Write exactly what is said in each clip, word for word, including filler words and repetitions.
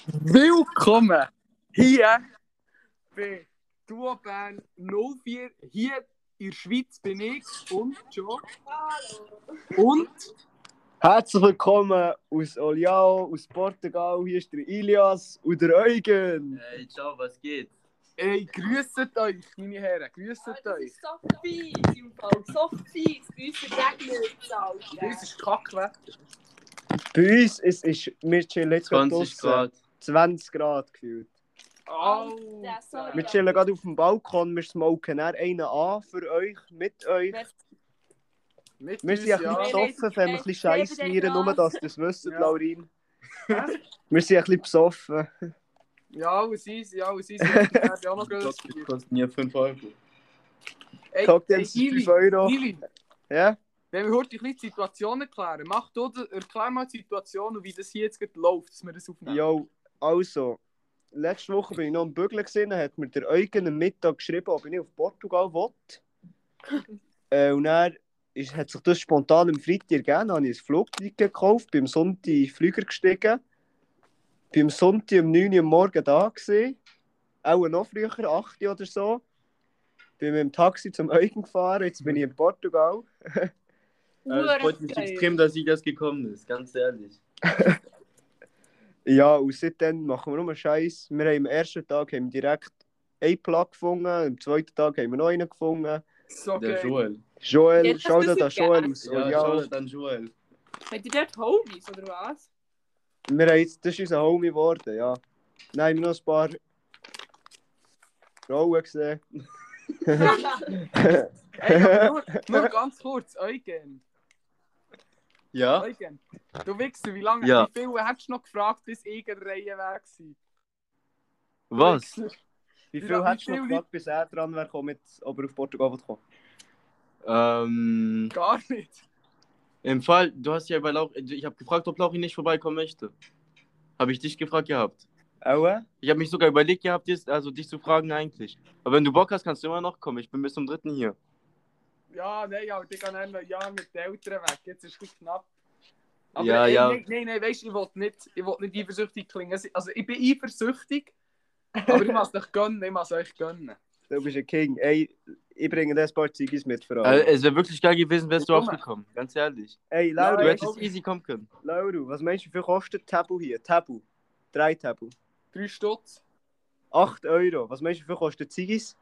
Willkommen hier bei Duo Bern null vier. Hier in der Schweiz bin ich und Joe. Hallo. Und herzlich willkommen aus Oliao, aus Portugal. Hier ist der Ilias und der Eugen. Hey, ciao, was geht? ey, grüsset euch, meine Herren, grüsset Das euch. ist so fies im Fall. So fies. Bei uns regnet es, Alter. Das ist Kackwetter. Bei uns ist, ist wir chillen jetzt gerade zwanzig draussen. Grad. zwanzig Grad gefühlt. Alter, sorry. Wir chillen gerade auf dem Balkon, wir smoken dann einen an für euch, mit euch. Mit Wir uns, sind ein bisschen ja. besoffen, wenn wir ein bisschen Scheiß schmieren, nur dass ihr das wisst, Ja. Laurin. Wir sind ein bisschen besoffen. Ja, alles easy, alles easy. Ich werde auch noch Die gehört. Cocktails kosten hier fünf Euro. Ey, Cocktails ey, sind Ili, fünf Euro. Ili, Ja? wenn wir heute ein bisschen die Situation erklären, mach du, erklär mal die Situation und wie das hier jetzt gerade läuft, dass wir das aufnehmen. Jo, also, letzte Woche bin ich noch am Bügeln gesehen, dann hat mir der Eugen am Mittag geschrieben, ob ich nicht auf Portugal will. äh, und dann ist, hat sich das spontan am Freitag ergeben, dann habe ich ein Flugticket gekauft, bin am Sonntag in den Flieger gestiegen, bin am Sonntag um neun Uhr am Morgen da gewesen, auch noch früher, acht Uhr oder so. Bin mit dem Taxi zum Eugen gefahren, jetzt bin ich in Portugal. Also, es freut mich extrem, dass Ilias gekommen ist, ganz ehrlich. Ja, und seitdem machen wir nur Scheiß. Wir haben am ersten Tag haben wir direkt einen Plug gefunden, am zweiten Tag haben wir noch einen gefunden. So Der geil. Joel. Joel, Jetzt hast schau du dir sie da Joel gegeben. aus Ja, Oliao. schau dann Joel. Habt ihr dort Homies, oder was? Wir haben jetzt, das ist unser Homie geworden, ja. Dann haben wir noch ein paar Frauen gesehen. Ey, aber nur, nur ganz kurz, Eugen. Ja? Eugen, du Wichser, wie lange, Ja. wie viel hättest du noch gefragt, bis ich in der Reihe wäre gewesen? Was? Wichser. Wie Wie viel la- hättest du wie noch viel gefragt, bis er dran wäre, kommen, ob er auf Portugal will kommen? Ähm, Gar nicht. im Fall, du hast ja bei Lauch, ich habe gefragt, ob Lauchi nicht vorbeikommen möchte. Habe ich dich gefragt gehabt. Auch? äh? Ich habe mich sogar überlegt gehabt, jetzt, also dich zu fragen eigentlich. Aber wenn du Bock hast, kannst du immer noch kommen. Ich bin bis zum dritten hier. Ja, nein, aber ich kann ein Jahr mit den Eltern weg. Jetzt ist es knapp. Aber Ja, ey, ja. nein, nein, nein, weißt du, ich will nicht, ich will nicht eifersüchtig klingen. Also, ich bin eifersüchtig, aber ich muss es euch gönnen, ich muss es euch gönnen. Du bist ein King. Ey, ich bringe dir ein paar Ziggis mit für Äh, alle. es wäre wirklich geil gewesen, wärst du Komm. aufgekommen. Ganz ehrlich. Ey, Ja, Laura, Du ja, weißt hättest okay. easy kommen können. Laura, was meinst du, wie viel kostet Tabu hier? Tabu. Drei Tabu. Drei Stutz. acht Euro. Was meinst du, wie viel kostet Ziggis?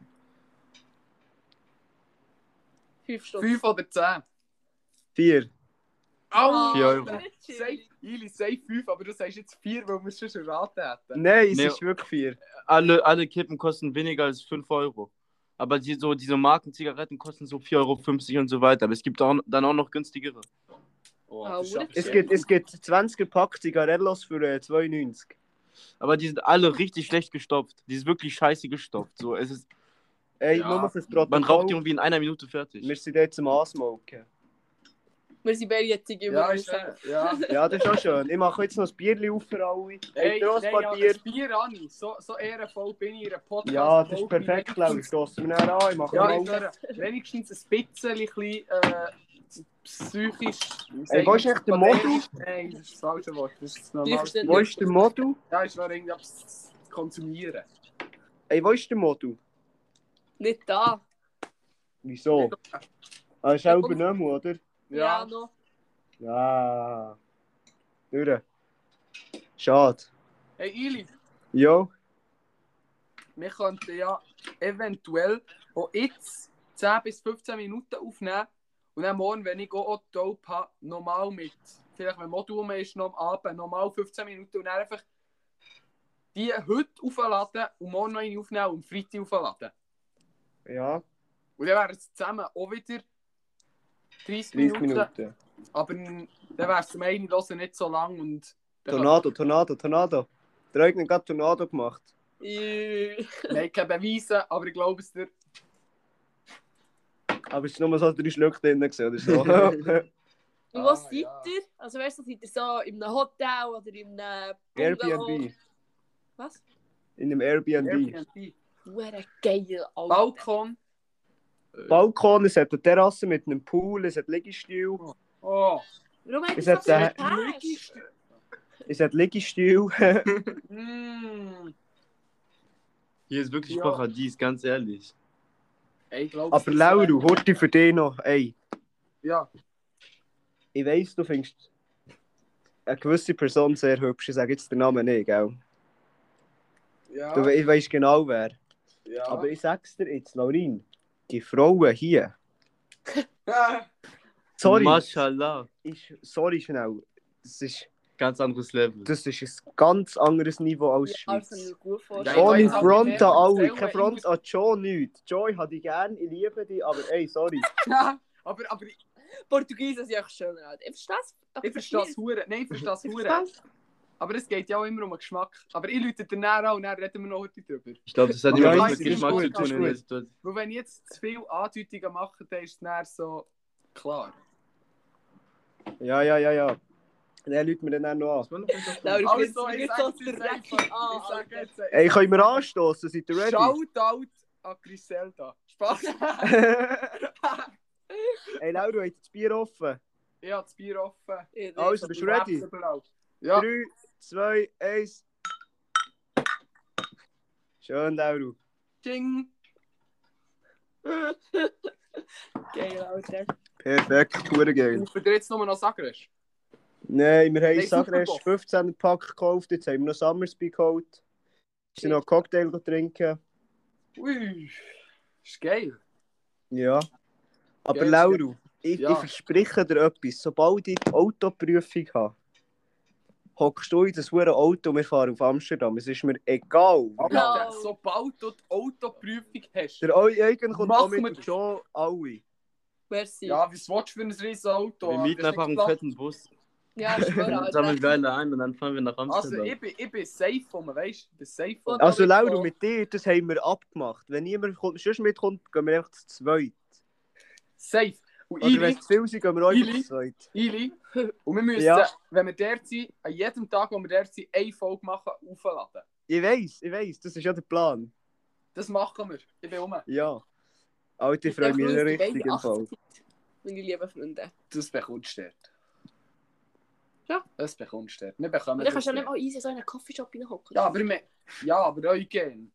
Fünf Stunden. Fünf oder zehn. Vier. Au! Vier Euro. Sei, Ili, sei fünf, aber du sagst jetzt vier, weil wir es schon erraten hätten. Nein, es Nee. ist wirklich vier. Alle, alle Kippen kosten weniger als fünf Euro. Aber die, so, diese Markenzigaretten kosten so vier Euro fünfzig und so weiter. Aber es gibt auch, dann auch noch günstigere. Oh, Ah, das ist oder? aber Es sehr gibt, gut. es gibt zwanzig Pack Zigarellos für äh, zwei neunzig. Aber die sind alle richtig schlecht gestopft. Die ist wirklich scheiße gestopft. So, es ist, Ey, Ja. nur fürs man raucht die Protokoll. irgendwie in einer Minute fertig. Wir sind jetzt zum Ansmoken. Wir sind beide jetzt immer Ja, noch ist, zusammen. äh, ja. Ja, das ist auch schön. Ich mache jetzt noch ein Bierchen auf für alle. Ey, Hey, noch ein nein, paar ja, Bier. das Bier an. So, so ehrenvoll bin ich in einer Podcast. Ja, das ist perfekt, Klaus. Stossen wir nachher an. Ich mache Ja, mal. ich höre wenigstens ein bisschen, ein bisschen äh, psychisch. wie Ey, wo ist sagt echt der man, Modus? patetisch? Nein, das ist das falsche Wort. Das ist das normale. verstehe- Wo ist der Modul? Ja, ich war irgendwie etwas zu konsumieren. Ey, wo ist der Modul? Nicht da. Wieso? Ah, ist auch übernommen, oder? Ja, Ja, noch. Ja. Durch. Schade. hey Ili, Jo. wir könnten ja eventuell auch jetzt zehn bis fünfzehn Minuten aufnehmen und dann morgen, wenn ich auch Dope habe, nochmal mit, vielleicht wenn Modul ist, noch am Abend, nochmal fünfzehn Minuten und dann einfach die heute aufladen und morgen noch eine aufnehmen und am Freitag aufladen. Ja. Und dann wären es zusammen auch wieder dreißig dreißig Minuten. Minuten. Aber dann wäre es zum einen hören nicht so lang und dann Tornado, Tornado, Tornado. Der Eugen hat gerade Tornado gemacht. Äh, kann- wir haben keine Beweise, aber ich glaube es dir. Aber es war nur so drei Schlücke drin gewesen, oder so. Und was Ah, seid ja. ihr? Also weißt du, seid ihr so in einem Hotel oder in einem Bungalow? Airbnb. Was? In einem Airbnb. Airbnb. Hure geil, Alter. Balkon. Balkon, es hat eine Terrasse mit einem Pool, es hat Liegestuhl. Oh, Warum habt ihr Es so hat viel den- Cash? Es hat Liegestühl. Mm. Hier ist wirklich Ja. Paradies, ganz ehrlich. Ey, ich glaube, Aber Lauru, Horti für dich noch. Ey, Ja. ich weiss, du findest eine gewisse Person sehr hübsch. Ich sage jetzt den Namen nicht, gell? Ja. Du we weißt genau wer. ja. Aber ich sag's dir jetzt, Laurin, die Frauen hier. Sorry. Mashallah. Ich, sorry schnell. Das ist, Ganz anderes Level. das ist ein ganz anderes Niveau als Ja, Schweiz. also mir gut Ja, vorstellen. ich Ohne weiß auch Front nicht an mehr alle. erzählen, Keine ich Front muss- an Joe nicht. Joy habe ich gern, ich liebe dich, aber ey, sorry. aber, aber ich, Portugiesen sind echt schön. Alter. Ich verstehe es. ich verstehe das Hure. Nein, ich verstehe das Hure. Aber es geht ja auch immer um den Geschmack. Aber ich lüte dir näher an und dann reden wir noch heute drüber. Ich glaube, das hat Ja, immer was ist mit Geschmack gut, zu ist tun in gut. der Situation. Weil wenn ich jetzt zu viele Andeutungen mache, dann ist es dann so klar. Ja, ja, ja, ja. Der lügt mir dann auch noch an. Laura, ich Also, bin ich nicht sage so es jetzt dreckig einfach. an. Ich sage Alter. jetzt, Ey, können wir anstoßen? Seid ihr ready? Shoutout an Griselda. Spaß. Ey, Laura, du hast das Bier offen. Ich habe das Bier offen. Ich Also, weiß, bist du ready? Überall. Ja. drei, zwei, eins. Schön, Laura. Ching. Geil, Alter. Perfekt, pure geil. Rufen dir jetzt nur noch Sagres? Nein, wir haben Nein, Sagres Superboss. fünfzehn Pack gekauft, jetzt haben wir noch Summersby geholt. Wir sind noch einen Cocktail trinken. Ui. Ist geil. Ja. Aber Geil, Laura, ich, Ja. ich verspreche dir etwas. Sobald ich die Autoprüfung habe, hockst du in das hure Auto und wir fahren auf Amsterdam. Es ist mir egal. Aber No. sobald du die Autoprüfung hast. Der Eugen kommt Mach auch mit mir und das. schon alle. Merci. Ja, was willst du für ein riesiges Auto? Wir mieten Das ist einfach einen nicht fetten Bus. Ja, ich schwöre, Dann sammeln Alter. wir alle ein und dann fahren wir nach Also, Amsterdam. ich bin, ich bin safe von mir, weißt du? Ich bin safe von Und- mir. Also mit Laura, so- mit dir, das haben wir abgemacht. Wenn niemand kommt, sonst mitkommt, gehen wir einfach zu zweit. Safe. Und Oder wenn Ili, es zu viel sind, gehen wir auch einfach Ili. zu zweit. Ili. Und wir müssen, Ja. wenn wir dort sind, an jedem Tag, wo wir dort sind, eine Folge machen, aufladen. Ich weiss, ich weiss, das ist ja der Plan. Das machen wir. Ich bin rum. Ja. Alter, ich Ich freue mich grüße die richtig beiden im Fall. achtzehn, meine lieben Freunde. Das bekommst du dort. Ja. Das bekommst du dort. Wir bekommen Und dann kannst du ja das nicht mal easy so in einen Coffeeshop reinhocken. Ja, aber, wir, ja, aber Eugen.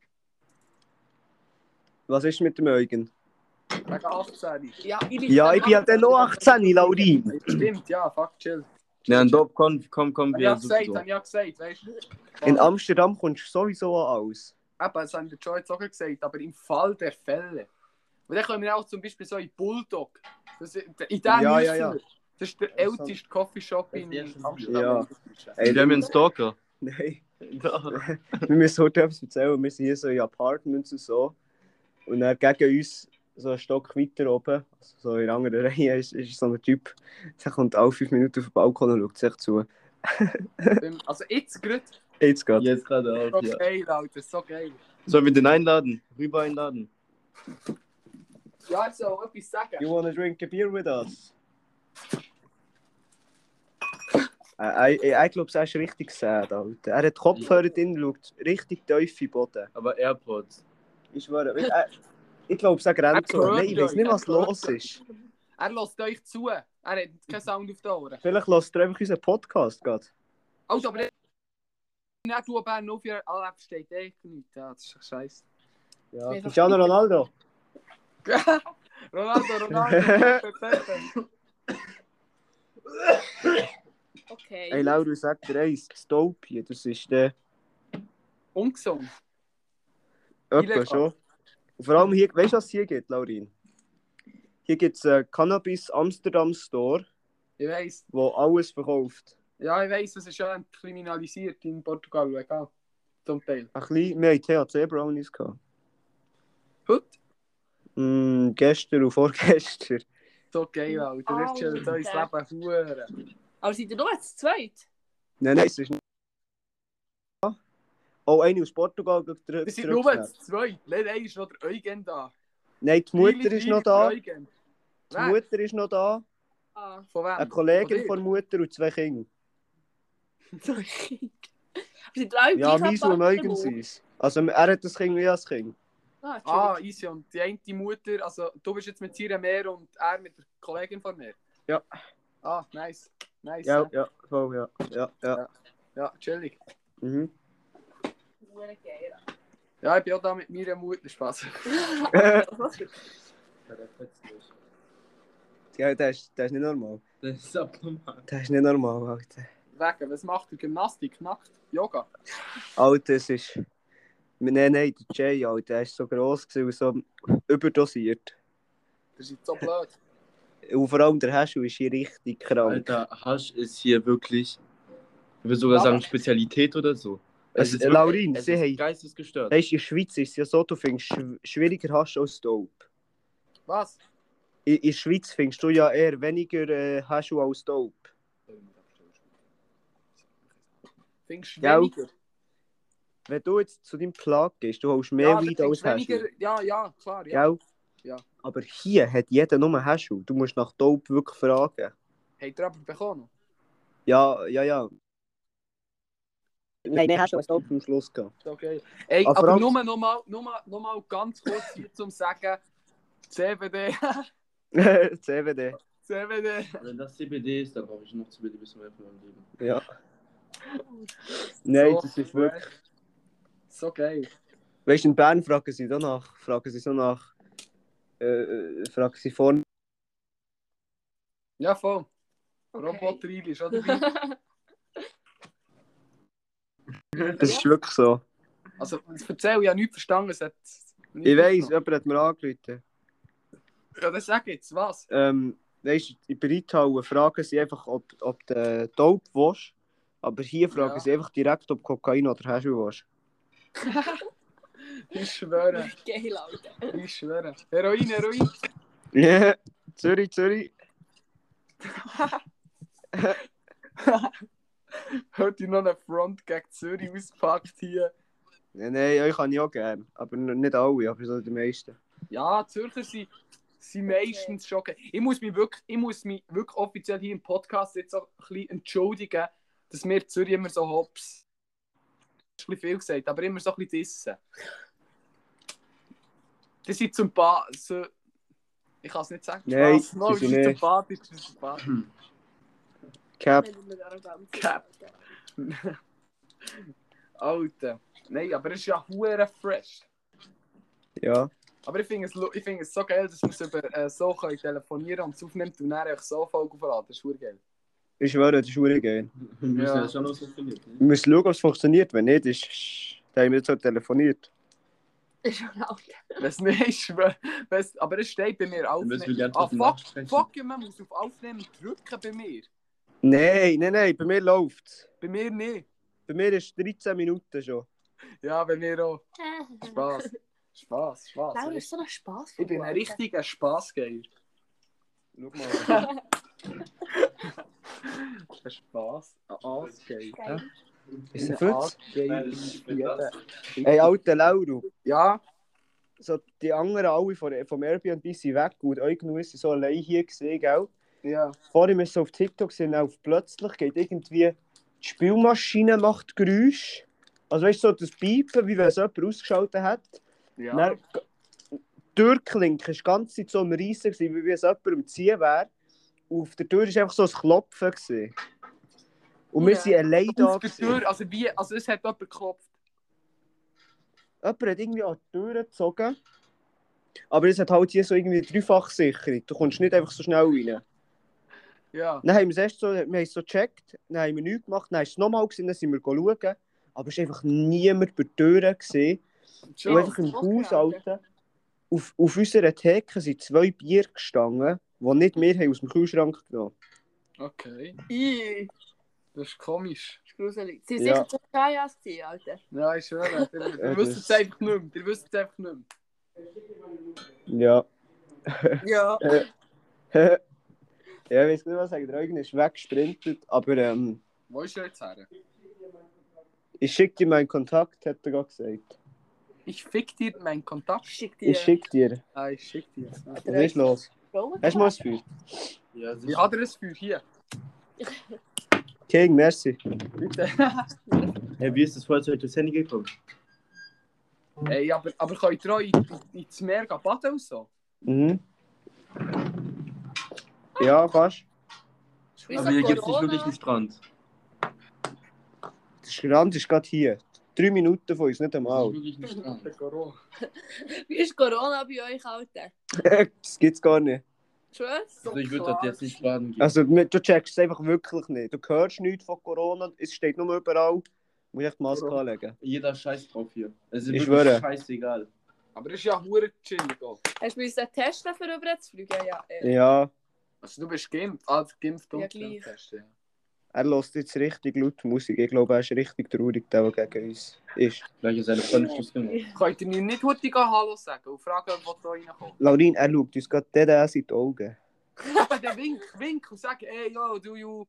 Was ist mit dem Eugen? Wegen achtzehn. Ja, Ja, ich bin ja dann noch achtzehn, Laurin. Stimmt, ja, fuck, chill. Ja, ein Dope, komm, komm, komm, Hab ich wir ja gesagt, suchen hab ich ja gesagt, weißt du? In Amsterdam kommst du sowieso an alles. Eben, das haben wir schon jetzt auch gesagt, aber im Fall der Fälle. Und dann können wir auch zum Beispiel so in Bulldog. Das, ist- in den Ja, müssen ja, ja. wir. Das ist der älteste Coffeeshop in Das ist Amsterdam. Ey, Wir haben einen Stalker. Nein, Ja. wir müssen heute etwas erzählen. Wir sind hier so in Apartments und so. Und dann gegen uns, so einen Stock weiter oben, also so in der anderen Reihe, ist, ist so ein Typ, der kommt alle fünf Minuten auf den Balkon und schaut sich zu. Also jetzt gerade, Jetzt geht. Jetzt gerade so auch, ja. geil, Alter, so geil. Sollen wir den einladen? Rüber einladen? Ja, ich soll etwas sagen. You wanna drink a beer with us? Äh, ich ich glaube, er ist richtig sad, Alter. Er hat Kopfhörer drin, schaut richtig tief in den Boden. Aber AirPods. Ich schwöre, ich, äh, ich glaube, es grenzt so. Er hört Nein, ich weiß euch, nicht, er was hört los euch. ist. Er lässt euch zu. Er hat keinen Sound auf den Ohren. Vielleicht lässt er einfach unseren Podcast gerade. Also, aber nicht du, Bern, auf ihr alle steht echt nicht. Ja, das ist doch scheiße. Ja, Einfach- Cristiano Ronaldo. Ronaldo, Ronaldo, perfekt. Okay. Hey Laura, sag dir eins, das Dope hier, das ist der Ungesund. etwa Illegal. schon. Und vor allem hier, weißt du, was es hier gibt, Laurin? Hier gibt es einen Cannabis Amsterdam Store, Ich weiss. der alles verkauft. Ja, ich weiss, das ist ja kriminalisiert in Portugal, egal. Zum Teil. Ein bisschen, wir hatten T H C Brownies gehabt. Heute? Mm, gestern und vorgestern. So geil, Alter. Das chillt euch das Leben hure. Aber seid ihr nur jetzt zu zweit? Nein, nein, es ist nicht. Oh, eine aus Portugal geht Wir zurück. sind nur jetzt zwei. Nein, nein, ist noch der Eugen da. Nein, die Mutter Lili, ist noch Lili, da. der Eugen. Die Wer? Mutter ist noch da. Ah, Von wem? Eine Kollegin Von dir? von der Mutter und zwei Kinder. so ein Kind. Aber seid ihr alle Ja, gleich mein und Eugen sind es. Also er hat das Kind wie das Kind. Ah, Ah, Entschuldigung. easy. Und die eine Mutter, also du bist jetzt mit Sira mehr und er mit der Kollegin von mir. Ja. Ah, nice. Nice. Ja, Ja. ja, voll, ja. Ja, ja. Ja. Ja, chillig. Mhm. Hure geil. Ja, ich bin auch da mit meiner Mutter. Spaß. Ja, das ist, das ist nicht normal. Das ist abnormal. Das ist nicht normal, Alter. Wegen, was macht du? Gymnastik, nackt, Yoga? Alter, es ist... Nein, nein, der Jay, Alter, der ist so gross gewesen und so überdosiert. Das ist jetzt so blöd. Und vor allem der Haschu ist hier richtig krank. Alter, Hasch ist hier wirklich, ich würde sogar Aber- sagen, Spezialität oder so. Es, ist äh, Laurin, es sie ist haben... geistesgestört. Weißt du, in der Schweiz ist es ja so, du findest schw- schwieriger Hasch als Dope. Was? In, in der Schweiz findest du ja eher weniger äh, Haschu als Dope. Findest du Ja. weniger? Wenn du jetzt zu deinem Plag gehst, du holst mehr Ja, dann Weed als findest du Haschu. weniger. Ja, ja, klar, ja. Gell? Ja. Aber hier hat jeder nur Haschu. Du musst nach Dope wirklich fragen. Habt ihr aber bekommen? Ja, ja, ja. Nein, nein, Haschu als Dope am Schluss gehabt. Ist okay. Ey, Aber aber vor nur noch mal, nur mal, nur mal ganz kurz hier zum sagen: C B D. C B D. C B D. Wenn das C B D ist, dann brauche ich noch C B D bis zum Ende von meinem Leben. Ja. Nein, So das ist wirklich... So geil. Weißt du, in Bern fragen sie danach. Fragen sie so nach... Äh, äh, fragen sie vorne... Ja, voll. Okay. Roboter ist auch dabei. Das ist wirklich so. Also, das erzähl, ich habe nichts verstanden. Es hat nichts Ich weiss, verstanden. jemand hat mir angerufen. Ja, dann sag jetzt, was? Ähm, weißt du, in Bereithauen fragen sie einfach, ob, ob du Dope willst. Aber hier fragen Ja. sie einfach direkt, ob Kokain oder Haschu willst. Ich schwöre. Geil, Alter. Ich schwöre. Heroin, Heroin. Ja, Zürich, Zürich. Heute noch eine Front gegen Zürich ausgepackt hier. Ja, nein, euch kann ich auch gerne. Aber n- nicht alle, aber so die meisten. Ja, Zürcher sind, sind meistens schon. ge- Ich muss mich wirklich, ich muss mich wirklich offiziell hier im Podcast jetzt auch ein bisschen entschuldigen, dass wir Zürich immer so hops. Das ist ein bisschen viel gesagt, aber immer so ein bisschen dissen. Die sind sympathisch. So, ich kann es nicht sagen. Nein, Spaß. No, sie die sind sind nicht. sympathisch. die sind sympathisch. Cap. Wenn du mit Arroganz Cap. Alter. Nein, aber es ist ja hure fresh. Ja. Aber ich finde es, lu- ich find es so geil, dass wir es über äh, so können telefonieren und es aufnimmt und dann einfach so voll aufladen. Das ist hure geil. Ich schwöre, das ist wirklich geil. Wir müssen Ja. ja schon, was funktioniert. Wir müssen schauen, ob es funktioniert. Wenn nicht, ist... Dann haben wir jetzt so telefoniert. ist schon Alter. Wenn es nicht ist, wenn's, aber es steht bei mir Dann müssen wir aufnehmen. gerne Ah, trotzdem fuck, nachsprechen. fuck, man muss auf Aufnehmen drücken bei mir. Nein, nein, nein, bei mir läuft es. Bei mir nicht. Bei mir ist es dreizehn Minuten schon. Ja, bei mir auch. Spaß. Spaß, Spaß. Laura ist so ein Spaß. Ich bin ein richtiger Spaßgeier. Schau mal. Ein Spaß. Ein Aasgeier. Geil. Ist er Ein Futz? Aasgeier. Hey, alter Lauro. Ja, So, die anderen alle von, vom Airbnb sind weg und euch nur sind so allein hier gesehen, gell? ja. Vorhin wir so auf TikTok sind, auf plötzlich geht irgendwie die Spielmaschine macht Geräusch. Also weißt du, so das Piepen, wie wenn es jemand ausgeschaltet hat. Ja. Dann, die Türklinke war die ganze Zeit so am Reissen, gewesen, wie wenn es jemand am Ziehen wäre. Und auf der Tür war einfach so ein Klopfen. Gewesen. Und wir Ja. sind allein da. Auf der gewesen. Tür, also wie, also es hat jemand geklopft. Jemand hat irgendwie an die Tür gezogen. Aber es hat halt hier so irgendwie Dreifachsicherung. Du kommst nicht einfach so schnell rein. Ja. Dann haben wir es erst so, wir haben es so gecheckt, dann haben wir nichts gemacht, dann ist es nochmal gesehen, dann sind wir schauen. Aber es war einfach niemand bei der Tür gesehen. Und Schon. einfach im okay, Haus, Alter, auf, auf unserer Theke sind zwei Bier gestanden, die nicht wir haben aus dem Kühlschrank genommen. Okay. Ih, Das ist komisch. ist gruselig. Sie Ja. waren sicher zu Kajas gewesen, Alter. Ja, ich schwöre. Ihr, Ja, ihr wisst es das- einfach nicht mehr. Ihr wisst es einfach nicht mehr. Ja. Ja. Ja, ich weiß nicht, was sagen. Der Eugen ist weggesprintet, aber ähm, Wo ist er jetzt her? ich schicke dir meinen Kontakt, hat er gerade gesagt. Ich fick dir meinen Kontakt. Schick dir. Ich schicke dir. Ah, ich schick dir. Was ist los? Hast du mal ein Feuer? Ja, Wie hat er es für hier? King, merci. Bitte. Hey, wie ist das Feuerzeug durchs Handy gekommen? Ey, aber, aber könnt ihr auch in, in, ins Meer gehen baden und so? Mhm. Ja, kannst. Wie Aber so hier gibt es nicht Corona. wirklich einen Strand. Der Strand ist gerade hier. Drei Minuten von uns, nicht Das einmal. ist wirklich nicht dran. Der Corona. Wie ist Corona bei euch, Alter? Das gibt's gar nicht. Tschüss. So Also ich würde das klar. jetzt nicht baden gehen. Also, du checkst es einfach wirklich nicht. Du hörst nichts von Corona, es steht nur überall. Du musst echt die Maske Corona. anlegen. Jeder scheiß drauf hier. Es ist Ich wirklich schwöre. scheißegal. Aber das ist ja hure chillig auch. Hast du müssen testen, für rüber zu fliegen? Ja. Äh. Ja, Also du bist geimpft. Ah, geimpft Ja, und gleich. Test, ja. er hört jetzt richtig laut Musik. Ich glaube, er ist richtig traurig, der, der gegen uns ist. Vielleicht ist seine Freundin Schluss gemacht. Könnt ihr mir nicht heute Hallo sagen und fragen, ob da reinkommt? Laurin, er schaut uns gerade der in die Augen. Der wink, wink und sag, hey, yo, do you,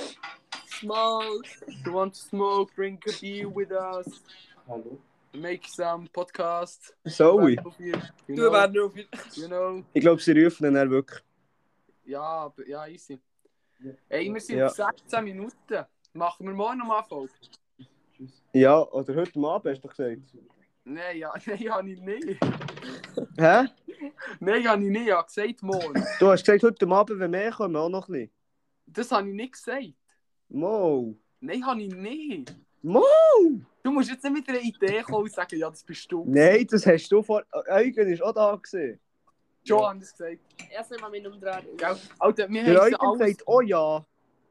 Smoke. you want to smoke, drink a beer with us, Hallo? make some podcast. Sorry. You Du know, wärst auf jeden you know. Ich glaube, sie rufen ihn dann wirklich. Ja, aber- ja, easy. Ja. Ey, wir sind Ja. auf sechzehn Minuten. Machen wir morgen noch mal Folge? Tschüss. Ja, oder heute Abend hast du doch gesagt. Nein, ja, nein, habe ich nicht. Hä? Nein, habe ich nicht. Ich habe gesagt morgen. Du hast gesagt, heute Abend, wenn wir kommen, auch noch ein bisschen. Das habe ich nicht gesagt. Mo. Nein, habe ich nicht. Mo. Du musst jetzt nicht mit einer Idee kommen und sagen, ja, das bist du. Nein, das hast du vor... Eugen ist auch da gewesen. Schon haben das gesagt. Erst mal mit einem dran. Gell? Alter, wir Der heissen Eugen alles. sagt, oh ja.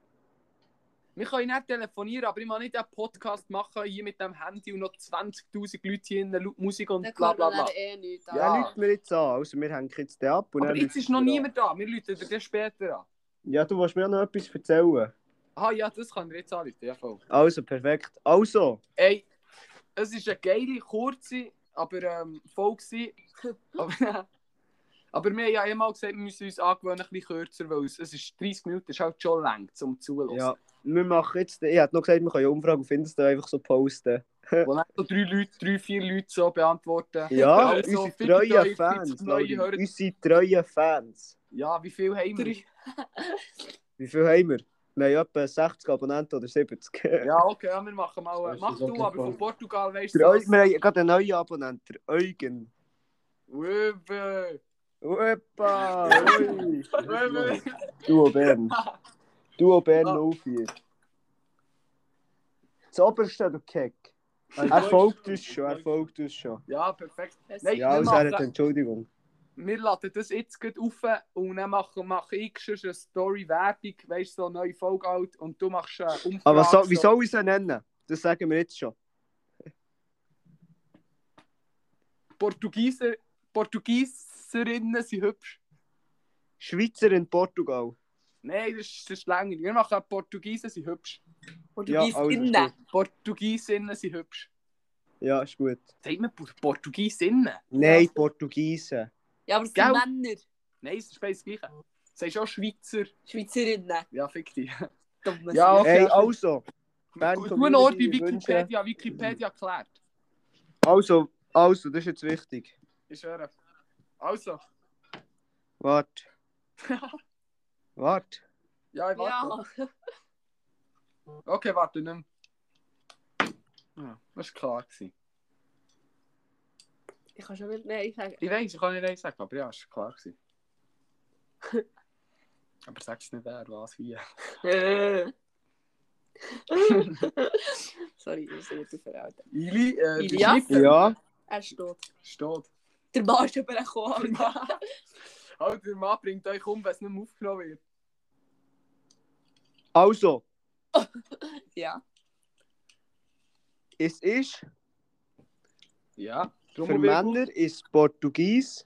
Wir können nicht telefonieren, aber ich will nicht einen Podcast machen hier mit dem Handy und noch zwanzigtausend Leute hier in der Lu- Musik und Dann bla kann bla man bla. eh nichts. Ja, Ja. läuten wir jetzt an. Also, wir hängen jetzt den ab. Und Aber dann jetzt läuten ist noch wir an. niemand da. Wir rufen dir das später an. Ja, du willst mir noch etwas erzählen. Ah ja, das kann ich jetzt anrufen. Ja, voll. Also, perfekt. Also, Ey, es ist eine geile, kurze, aber ähm, Folge gewesen. aber, aber wir haben ja immer gesagt, wir müssen uns angewöhnen, ein bisschen kürzer, weil es, es ist dreißig Minuten, ist halt schon lang zum Zuhören. ja, wir machen jetzt... Ich hätte noch gesagt, wir können eine Umfrage auf Insta einfach so posten. Wo nicht so drei Leute, drei, vier Leute so beantworten. Ja, Also, unsere fickt treuen euch, Fans, fickt neue Lauri. Hörer. Unsere treuen Fans. Ja, wie viel haben wir? Drei. Wie viel haben wir? Wir haben etwa sechzig Abonnenten oder siebzig. Ja, okay, ja, wir machen mal. Äh, Weißt du, mach so du, viel aber von Folgen. Portugal weißt Der du. Eu- wir haben gerade einen neuen Abonnenten, der Eugen. Uwe! Opa! Ui. Uwe! Duo Bern. Duo Bern Ah. null vier. Das oberste, du Keck. Er folgt uns schon, er folgt uns schon. Ja, perfekt. Es- Nein, Ja, wir, also er hat machen, Entschuldigung. wir laden das jetzt gleich auf und dann mache mach ich schon eine Story-Werbung, weißt du, so eine neue Folge alt und du machst eine Umfrage. Aber so, wie so. soll ich sie nennen? Das sagen wir jetzt schon. Portugieser, Portugieserinnen sind hübsch. Schweizer in Portugal. Nein, das ist, das ist länger. Wir machen Portugiesen sind hübsch. Portugies also innen. gut. Portugiesinnen sind hübsch. Ja, ist gut. Sagt man Por- Portugiesinnen? Nein, Portugiesen. Ja, aber es Gell? sind Männer. Nein, es ist beides das Gleiche. Sagst du auch Schweizer? Schweizerinnen. Ja, fick dich. Dummes Ja, okay. Hey, also. Bern Du nur bei Community Wikipedia, Wikipedia erklärt. Also, also, das ist jetzt wichtig. Ich höre. Also. Warte. Warte. Ja, ich warte. Ja. Okay, warte, nicht mehr. Ja, das war klar. Gewesen. Ich kann schon wieder Nein sagen. Ich weiß, ich kann nicht Nein sagen, aber ja, es war klar. Gewesen. Aber sag es nicht wer, was, wie. Äh. Sorry, ich bin nicht veraltet. Ili, äh, Ili, ja? Schnipper Ja. Er steht. steht. Der Mann ist übergekommen. Alter, der Mann bringt euch um, wenn es nicht mehr aufgenommen wird. Also, Ja. es ist Ja. für Männer ist Portugies.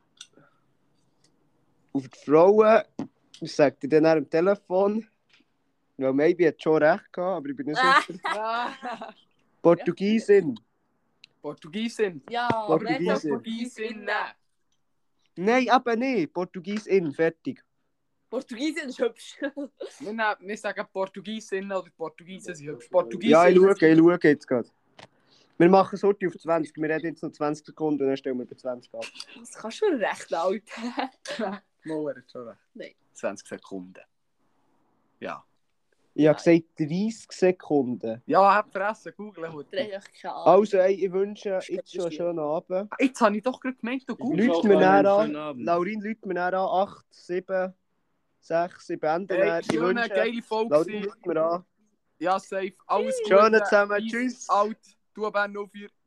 Auf die Frauen, ich sage dir dann am Telefon, weil maybe hat schon recht gehabt, aber ich bin nicht sicher. Ah. Portugiesin. Portugiesin. Ja, Portugiesin. nicht Portugiesin. Nein, eben nicht. Portugiesin, fertig. Portugiesin ist hübsch. Wir, nehmen, wir sagen Portugiesin oder Portugiesen sind hübsch. Portugiesin. Ja, ich schaue, ich schaue jetzt gerade. Wir machen es heute auf zwanzig. Wir reden jetzt noch zwanzig Sekunden und dann stellen wir bei zwanzig ab. Das kannst du schon recht alt. Mal, er hat schon recht. Nein. zwanzig Sekunden. Ja. Ich habe gesagt dreißig Sekunden. Ja, hab fressen, googeln heute. Der hat keine Ahnung. Also, ey, ich wünsche jetzt schon einen schönen Abend. Jetzt habe ich doch gerade gemeint, du googelst. Lügt auch mir allen näher einen an. schönen Abend. Laurin, lügt mir näher an. acht, sieben, sechs, ich beende Hey, näher. Ich schöne, wünsche... geile Folge. Laurin, gewesen. lügt mir an. Ja, safe. Alles Gute. Schönen zusammen. Peace Tschüss. Out. Du, Ben null vier.